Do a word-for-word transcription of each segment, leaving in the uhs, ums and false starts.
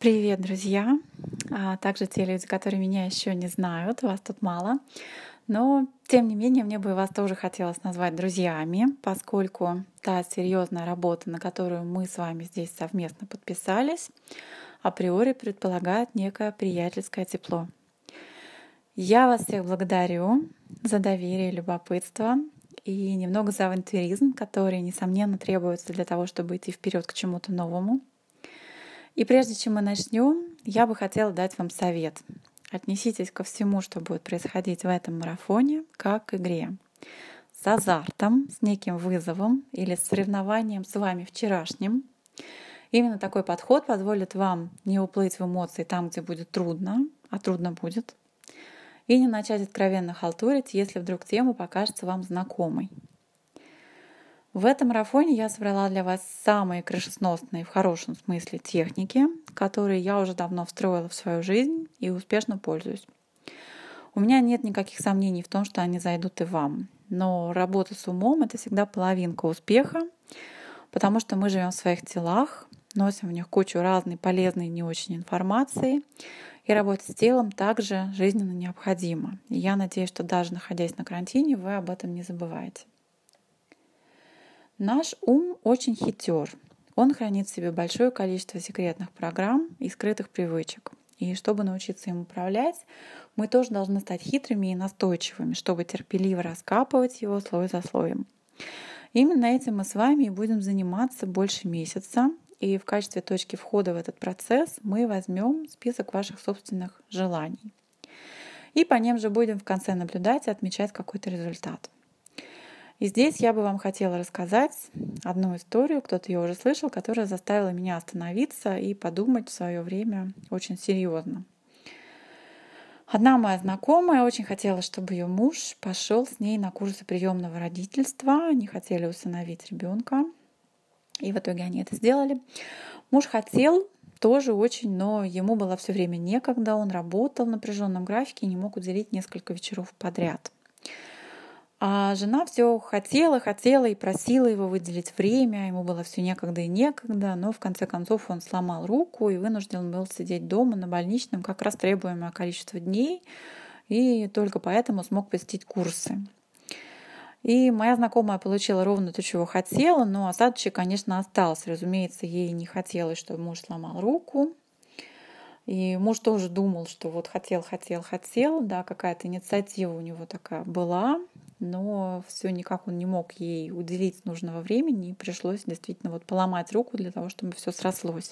Привет, друзья! А также те люди, которые меня еще не знают, вас тут мало. Но, тем не менее, мне бы вас тоже хотелось назвать друзьями, поскольку та серьезная работа, на которую мы с вами здесь совместно подписались, априори предполагает некое приятельское тепло. Я вас всех благодарю за доверие, любопытство и немного за авантюризм, который, несомненно, требуется для того, чтобы идти вперед к чему-то новому. И прежде чем мы начнем, я бы хотела дать вам совет. Отнеситесь ко всему, что будет происходить в этом марафоне, как к игре. С азартом, с неким вызовом или с соревнованием с вами вчерашним. Именно такой подход позволит вам не уплыть в эмоции там, где будет трудно, а трудно будет, и не начать откровенно халтурить, если вдруг тема покажется вам знакомой. В этом марафоне я собрала для вас самые крышесносные в хорошем смысле техники, которые я уже давно встроила в свою жизнь и успешно пользуюсь. У меня нет никаких сомнений в том, что они зайдут и вам. Но работа с умом — это всегда половинка успеха, потому что мы живем в своих телах, носим в них кучу разной полезной и не очень информации, и работать с телом также жизненно необходимо. И я надеюсь, что даже находясь на карантине, вы об этом не забываете. Наш ум очень хитер. Он хранит в себе большое количество секретных программ и скрытых привычек. И чтобы научиться им управлять, мы тоже должны стать хитрыми и настойчивыми, чтобы терпеливо раскапывать его слой за слоем. Именно этим мы с вами и будем заниматься больше месяца. И в качестве точки входа в этот процесс мы возьмем список ваших собственных желаний. И по ним же будем в конце наблюдать и отмечать какой-то результат. И здесь я бы вам хотела рассказать одну историю, кто-то ее уже слышал, которая заставила меня остановиться и подумать в свое время очень серьезно. Одна моя знакомая очень хотела, чтобы ее муж пошел с ней на курсы приемного родительства. Они хотели усыновить ребенка, и в итоге они это сделали. Муж хотел тоже очень, но ему было все время некогда. Он работал в напряженном графике и не мог уделить несколько вечеров подряд. А жена все хотела, хотела и просила его выделить время. Ему было все некогда и некогда, но в конце концов он сломал руку и вынужден был сидеть дома на больничном как раз требуемое количество дней, и только поэтому смог посетить курсы. И моя знакомая получила ровно то, чего хотела, но осадочек, конечно, остался. Разумеется, ей не хотелось, чтобы муж сломал руку. И муж тоже думал, что вот хотел, хотел, хотел, да, какая-то инициатива у него такая была, но все никак он не мог ей уделить нужного времени, и пришлось действительно вот поломать руку для того, чтобы все срослось.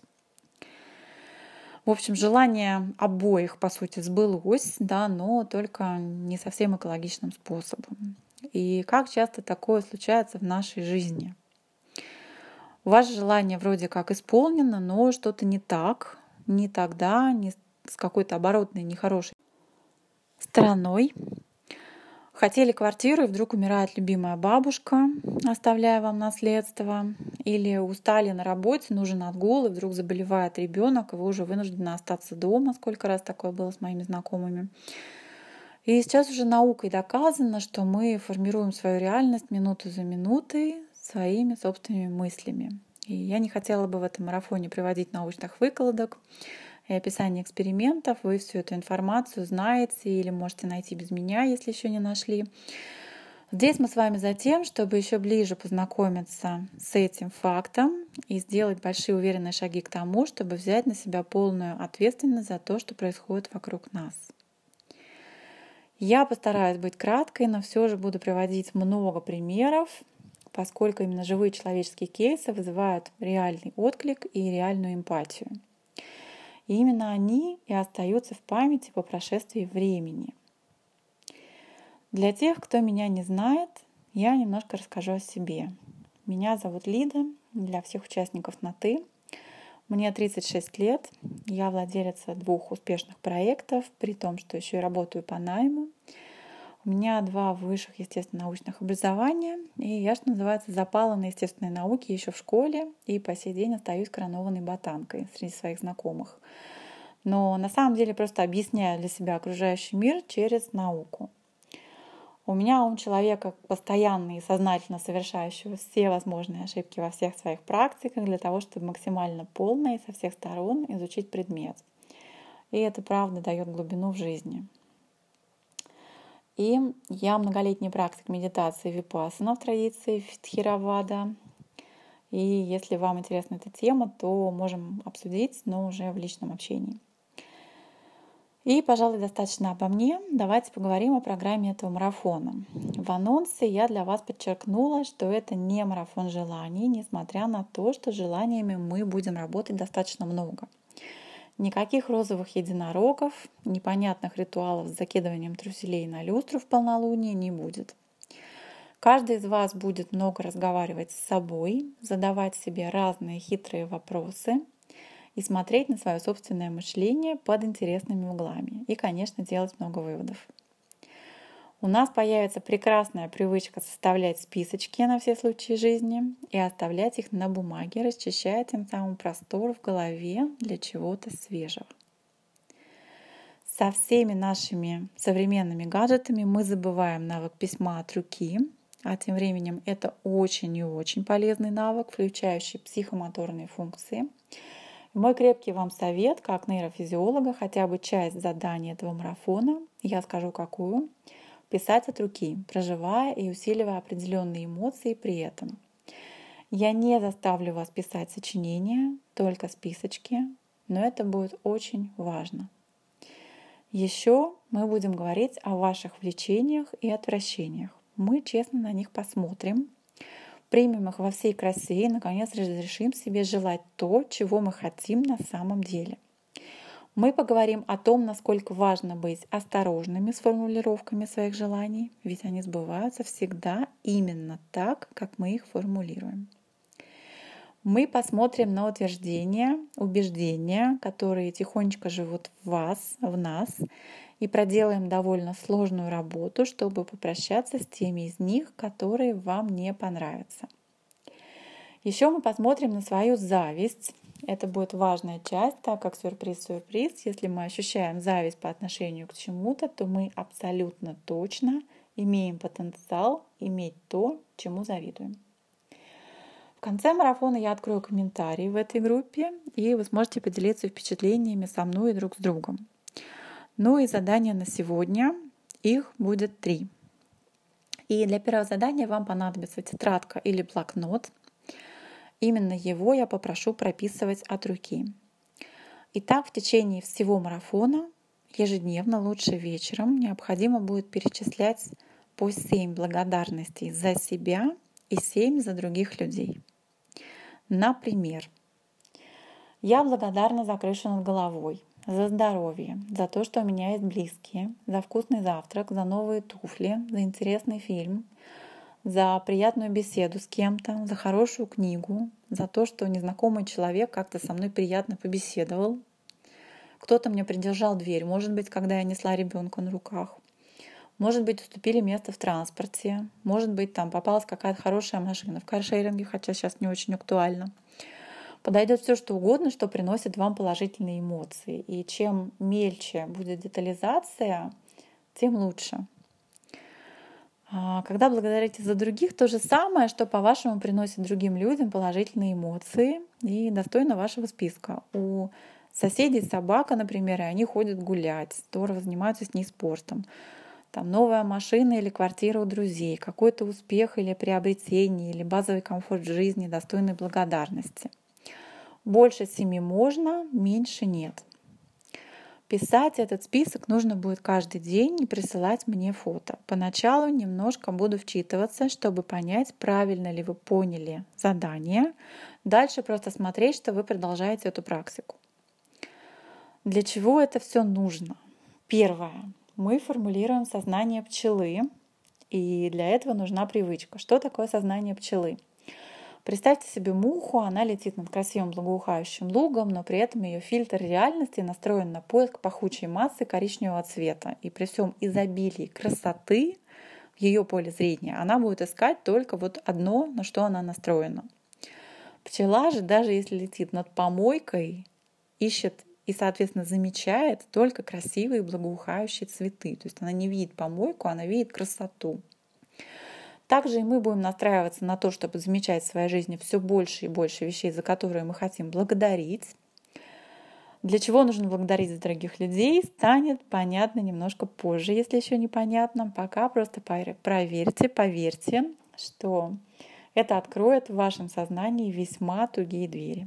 В общем, желание обоих, по сути, сбылось, да, но только не совсем экологичным способом. И как часто такое случается в нашей жизни? Ваше желание вроде как исполнено, но что-то не так, не тогда, не с какой-то оборотной, нехорошей стороной. Хотели квартиру, и вдруг умирает любимая бабушка, оставляя вам наследство. Или устали на работе, нужен отгул, и вдруг заболевает ребенок, и вы уже вынуждены остаться дома. Сколько раз такое было с моими знакомыми. И сейчас уже наукой доказано, что мы формируем свою реальность минуту за минутой своими собственными мыслями. И я не хотела бы в этом марафоне приводить научных выкладок и описание экспериментов. Вы всю эту информацию знаете или можете найти без меня, если еще не нашли. Здесь мы с вами за тем, чтобы еще ближе познакомиться с этим фактом и сделать большие уверенные шаги к тому, чтобы взять на себя полную ответственность за то, что происходит вокруг нас. Я постараюсь быть краткой, но все же буду приводить много примеров, поскольку именно живые человеческие кейсы вызывают реальный отклик и реальную эмпатию. И именно они и остаются в памяти по прошествии времени. Для тех, кто меня не знает, я немножко расскажу о себе. Меня зовут Лида, для всех участников на «ты». Мне тридцать шесть лет, я владелица двух успешных проектов, при том, что еще и работаю по найму. У меня два высших естественно-научных образования, и я, что называется, запала на естественные науки еще в школе, и по сей день остаюсь коронованной ботанкой среди своих знакомых. Но на самом деле просто объясняю для себя окружающий мир через науку. У меня ум человека, постоянно и сознательно совершающего все возможные ошибки во всех своих практиках для того, чтобы максимально полно и со всех сторон изучить предмет. И это правда дает глубину в жизни. И я многолетний практик медитации випассана в традиции Тхеравада. И если вам интересна эта тема, то можем обсудить, но уже в личном общении. И, пожалуй, достаточно обо мне. Давайте поговорим о программе этого марафона. В анонсе я для вас подчеркнула, что это не марафон желаний, несмотря на то, что желаниями мы будем работать достаточно много. Никаких розовых единорогов, непонятных ритуалов с закидыванием труселей на люстру в полнолуние не будет. Каждый из вас будет много разговаривать с собой, задавать себе разные хитрые вопросы и смотреть на свое собственное мышление под интересными углами. И, конечно, делать много выводов. У нас появится прекрасная привычка составлять списочки на все случаи жизни и оставлять их на бумаге, расчищая тем самым простор в голове для чего-то свежего. Со всеми нашими современными гаджетами мы забываем навык письма от руки, а тем временем это очень и очень полезный навык, включающий психомоторные функции. Мой крепкий вам совет, как нейрофизиолога, хотя бы часть заданий этого марафона, я скажу какую, писать от руки, проживая и усиливая определенные эмоции при этом. Я не заставлю вас писать сочинения, только списочки, но это будет очень важно. Еще мы будем говорить о ваших влечениях и отвращениях. Мы честно на них посмотрим, примем их во всей красе и, наконец, разрешим себе желать то, чего мы хотим на самом деле. Мы поговорим о том, насколько важно быть осторожными с формулировками своих желаний, ведь они сбываются всегда именно так, как мы их формулируем. Мы посмотрим на утверждения, убеждения, которые тихонечко живут в вас, в нас, и проделаем довольно сложную работу, чтобы попрощаться с теми из них, которые вам не понравятся. Еще мы посмотрим на свою зависть. Это будет важная часть, так как сюрприз-сюрприз. Если мы ощущаем зависть по отношению к чему-то, то мы абсолютно точно имеем потенциал иметь то, чему завидуем. В конце марафона я открою комментарии в этой группе, и вы сможете поделиться впечатлениями со мной и друг с другом. Ну и задания на сегодня. Их будет три. И для первого задания вам понадобится тетрадка или блокнот. Именно его я попрошу прописывать от руки. Итак, в течение всего марафона, ежедневно, лучше вечером, необходимо будет перечислять по семь благодарностей за себя и семь за других людей. Например, я благодарна за крышу над головой, за здоровье, за то, что у меня есть близкие, за вкусный завтрак, за новые туфли, за интересный фильм, за приятную беседу с кем-то, за хорошую книгу, за то, что незнакомый человек как-то со мной приятно побеседовал. Кто-то мне придержал дверь, может быть, когда я несла ребенка на руках. Может быть, уступили место в транспорте. Может быть, там попалась какая-то хорошая машина в каршеринге, хотя сейчас не очень актуально. Подойдет все, что угодно, что приносит вам положительные эмоции. И чем мельче будет детализация, тем лучше. Когда благодарите за других, то же самое, что, по-вашему, приносит другим людям положительные эмоции и достойно вашего списка. У соседей собака, например, и они ходят гулять, здорово занимаются с ней спортом. Там новая машина или квартира у друзей, какой-то успех или приобретение, или базовый комфорт в жизни, достойный благодарности. Больше семи можно, меньше нет. Писать этот список нужно будет каждый день и присылать мне фото. Поначалу немножко буду вчитываться, чтобы понять, правильно ли вы поняли задание. Дальше просто смотреть, что вы продолжаете эту практику. Для чего это все нужно? Первое. Мы формулируем сознание пчелы, и для этого нужна привычка. Что такое сознание пчелы? Представьте себе муху, она летит над красивым благоухающим лугом, но при этом ее фильтр реальности настроен на поиск пахучей массы коричневого цвета. И при всем изобилии красоты в ее поле зрения она будет искать только вот одно, на что она настроена. Пчела же, даже если летит над помойкой, ищет и, соответственно, замечает только красивые благоухающие цветы. То есть она не видит помойку, она видит красоту. Также и мы будем настраиваться на то, чтобы замечать в своей жизни все больше и больше вещей, за которые мы хотим благодарить. Для чего нужно благодарить дорогих людей, станет понятно немножко позже, если еще непонятно. Пока просто проверьте, поверьте, что это откроет в вашем сознании весьма тугие двери.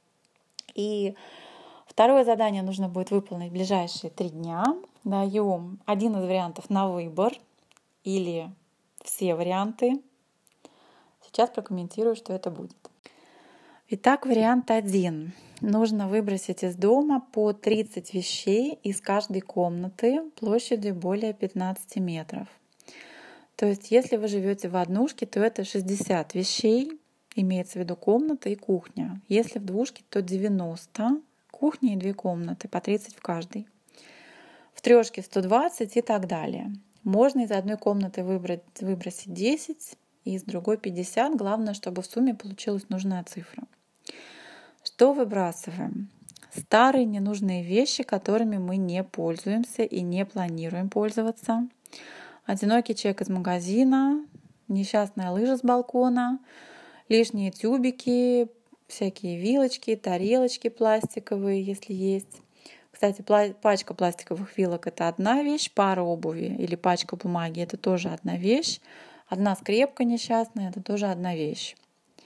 И второе задание нужно будет выполнить в ближайшие три дня. Даю один из вариантов на выбор или все варианты. Сейчас прокомментирую, что это будет. Итак, вариант один. Нужно выбросить из дома по тридцать вещей из каждой комнаты площадью более пятнадцати метров. То есть, если вы живете в однушке, то это шестьдесят вещей, имеется в виду комната и кухня. Если в двушке, то девяносто, кухня и две комнаты, по тридцать в каждой. В трешке сто двадцать и так далее. Можно из одной комнаты выбрать, выбросить десять, и из другой пятьдесят. Главное, чтобы в сумме получилась нужная цифра. Что выбрасываем? Старые ненужные вещи, которыми мы не пользуемся и не планируем пользоваться. Одинокий чек из магазина, несчастная лыжа с балкона, лишние тюбики, всякие вилочки, тарелочки пластиковые, если есть. Кстати, пачка пластиковых вилок — это одна вещь, пара обуви или пачка бумаги — это тоже одна вещь. Одна скрепка несчастная — это тоже одна вещь.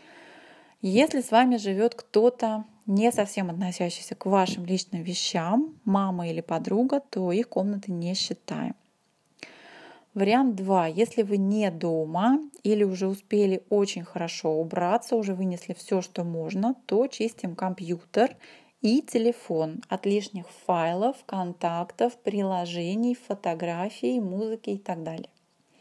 Если с вами живет кто-то, не совсем относящийся к вашим личным вещам, мама или подруга, то их комнаты не считаем. Вариант два. Если вы не дома или уже успели очень хорошо убраться, уже вынесли все, что можно, то чистим компьютер и телефон от лишних файлов, контактов, приложений, фотографий, музыки и так далее.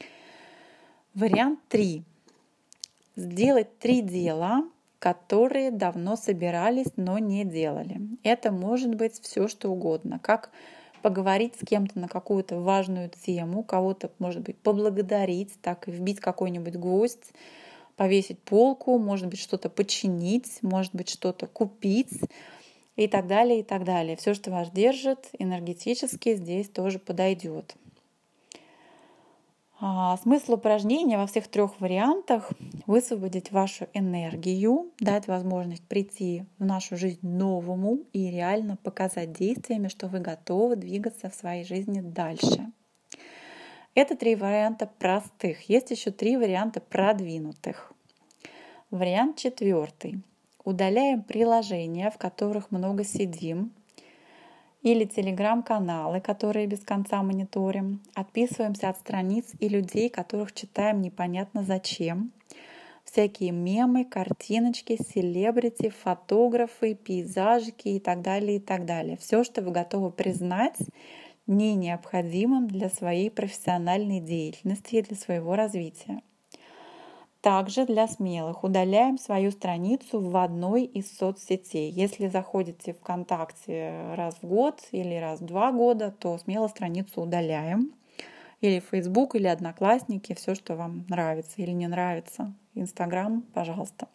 Вариант три. Сделать три дела, которые давно собирались, но не делали. Это может быть все, что угодно. Как поговорить с кем-то на какую-то важную тему, кого-то, может быть, поблагодарить, так и вбить какой-нибудь гвоздь, повесить полку, может быть, что-то починить, может быть, что-то купить и так далее, и так далее. Все, что вас держит энергетически, здесь тоже подойдет. Смысл упражнения во всех трех вариантах — высвободить вашу энергию, дать возможность прийти в нашу жизнь новому и реально показать действиями, что вы готовы двигаться в своей жизни дальше. Это три варианта простых. Есть еще три варианта продвинутых. Вариант четвертый. Удаляем приложения, в которых много сидим, или телеграм-каналы, которые без конца мониторим. Отписываемся от страниц и людей, которых читаем непонятно зачем. Всякие мемы, картиночки, селебрити, фотографы, пейзажики и так далее, и так далее. Все, что вы готовы признать не необходимым для своей профессиональной деятельности и для своего развития. Также для смелых удаляем свою страницу в одной из соцсетей. Если заходите в ВКонтакте раз в год или раз в два года, то смело страницу удаляем. Или Facebook, или Одноклассники, все, что вам нравится или не нравится. Инстаграм, пожалуйста.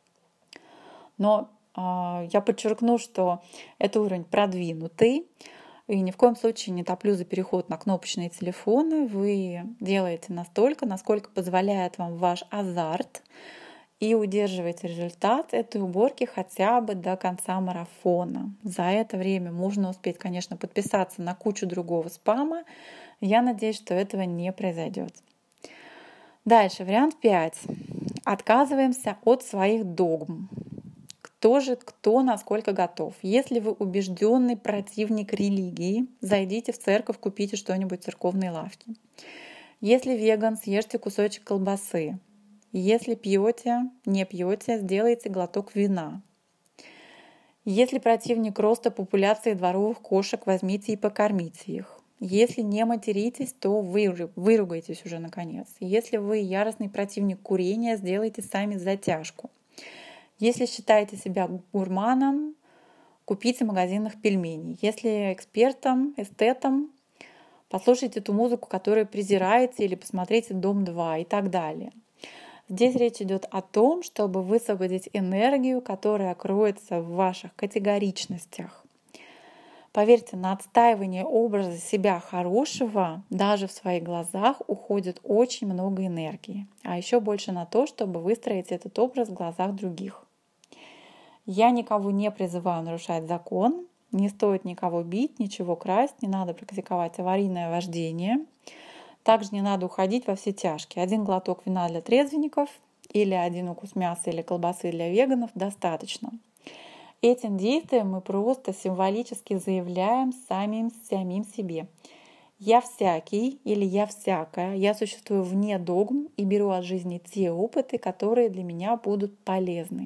Но э, я подчеркну, что это уровень продвинутый. И ни в коем случае не топлю за переход на кнопочные телефоны. Вы делаете настолько, насколько позволяет вам ваш азарт, и удерживаете результат этой уборки хотя бы до конца марафона. За это время можно успеть, конечно, подписаться на кучу другого спама. Я надеюсь, что этого не произойдет. Дальше, вариант пять. Отказываемся от своих догм. Кто же, кто насколько готов. Если вы убежденный противник религии, зайдите в церковь, купите что-нибудь в церковной лавке. Если веган, съешьте кусочек колбасы. Если пьете, не пьете, сделайте глоток вина. Если противник роста популяции дворовых кошек, возьмите и покормите их. Если не материтесь, то вы выругайтесь уже наконец. Если вы яростный противник курения, сделайте сами затяжку. Если считаете себя гурманом, купите в магазинах пельменей. Если экспертом, эстетом, послушайте ту музыку, которую презираете, или посмотрите «Дом два» и так далее. Здесь речь идет о том, чтобы высвободить энергию, которая кроется в ваших категоричностях. Поверьте, на отстаивание образа себя хорошего даже в своих глазах уходит очень много энергии, а еще больше на то, чтобы выстроить этот образ в глазах других. Я никого не призываю нарушать закон, не стоит никого бить, ничего красть, не надо практиковать аварийное вождение. Также не надо уходить во все тяжкие. Один глоток вина для трезвенников или один укус мяса или колбасы для веганов достаточно. Этим действием мы просто символически заявляем самим, самим себе: я всякий или я всякая, я существую вне догм и беру от жизни те опыты, которые для меня будут полезны.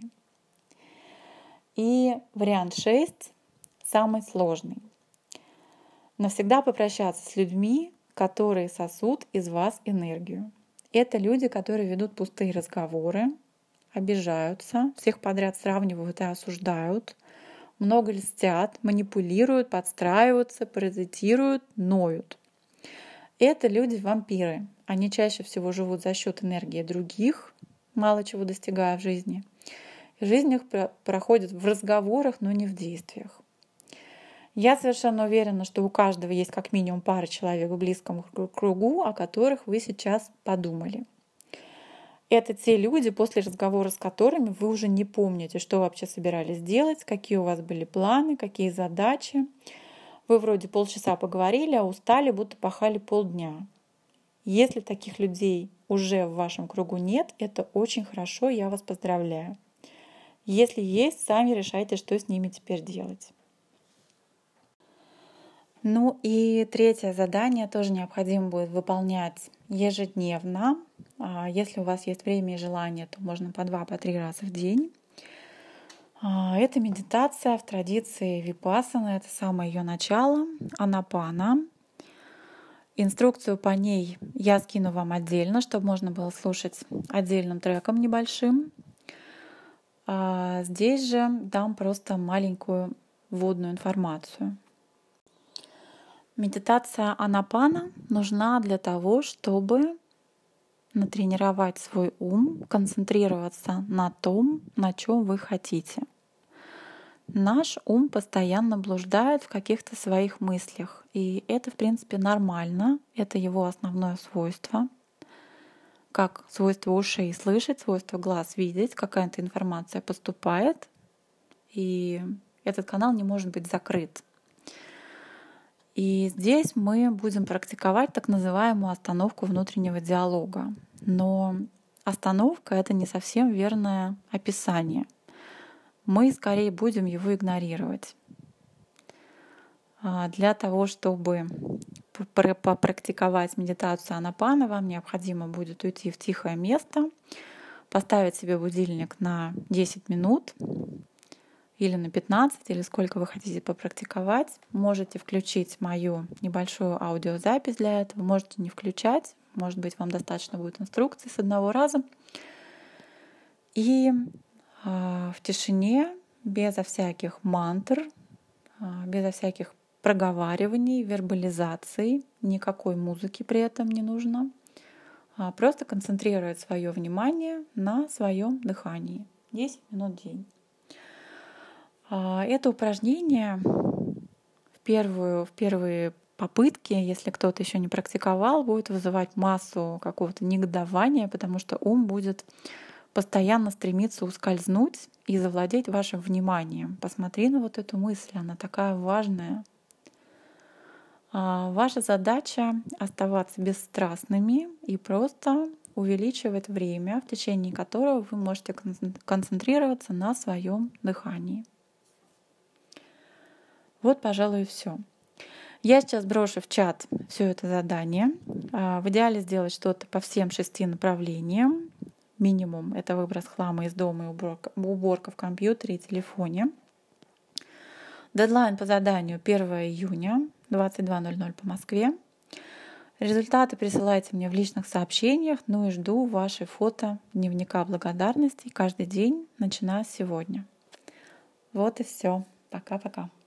И вариант шесть, самый сложный. Навсегда попрощаться с людьми, которые сосут из вас энергию. Это люди, которые ведут пустые разговоры, обижаются, всех подряд сравнивают и осуждают, много льстят, манипулируют, подстраиваются, паразитируют, ноют. Это люди-вампиры. Они чаще всего живут за счет энергии других, мало чего достигая в жизни. Жизнь их проходит в разговорах, но не в действиях. Я совершенно уверена, что у каждого есть как минимум пара человек в близком кругу, о которых вы сейчас подумали. Это те люди, после разговора с которыми вы уже не помните, что вообще собирались делать, какие у вас были планы, какие задачи. Вы вроде полчаса поговорили, а устали, будто пахали полдня. Если таких людей уже в вашем кругу нет, это очень хорошо, я вас поздравляю. Если есть, сами решайте, что с ними теперь делать. Ну и третье задание тоже необходимо будет выполнять ежедневно. Если у вас есть время и желание, то можно по два, по три раза в день. Это медитация в традиции випассаны, это самое ее начало, анапана. Инструкцию по ней я скину вам отдельно, чтобы можно было слушать отдельным треком небольшим. А здесь же дам просто маленькую вводную информацию. Медитация анапана нужна для того, чтобы натренировать свой ум, концентрироваться на том, на чем вы хотите. Наш ум постоянно блуждает в каких-то своих мыслях, и это, в принципе, нормально, это его основное свойство. Как свойство ушей слышать, свойство глаз видеть, какая-то информация поступает, и этот канал не может быть закрыт. И здесь мы будем практиковать так называемую остановку внутреннего диалога. Но остановка — это не совсем верное описание. Мы скорее будем его игнорировать. Для того, чтобы попрактиковать медитацию анапана, вам необходимо будет уйти в тихое место, поставить себе будильник на десять минут или на пятнадцать, или сколько вы хотите попрактиковать. Можете включить мою небольшую аудиозапись для этого, можете не включать, может быть, вам достаточно будет инструкции с одного раза. И э, в тишине, безо всяких мантр, э, безо всяких проговариваний, вербализаций, никакой музыки при этом не нужно, э, просто концентрировать свое внимание на своем дыхании. десять минут в день. Это упражнение в, первую, в первые попытки, если кто-то еще не практиковал, будет вызывать массу какого-то негодования, потому что ум будет постоянно стремиться ускользнуть и завладеть вашим вниманием. Посмотри на вот эту мысль, она такая важная. Ваша задача — оставаться бесстрастными и просто увеличивать время, в течение которого вы можете концентрироваться на своем дыхании. Вот, пожалуй, и все. Я сейчас брошу в чат все это задание. В идеале сделать что-то по всем шести направлениям. Минимум — это выброс хлама из дома и уборка, уборка в компьютере и телефоне. Дедлайн по заданию первого июня, двадцать два ноль ноль по Москве. Результаты присылайте мне в личных сообщениях, ну и жду ваши фото дневника благодарности каждый день, начиная с сегодня. Вот и все. Пока-пока.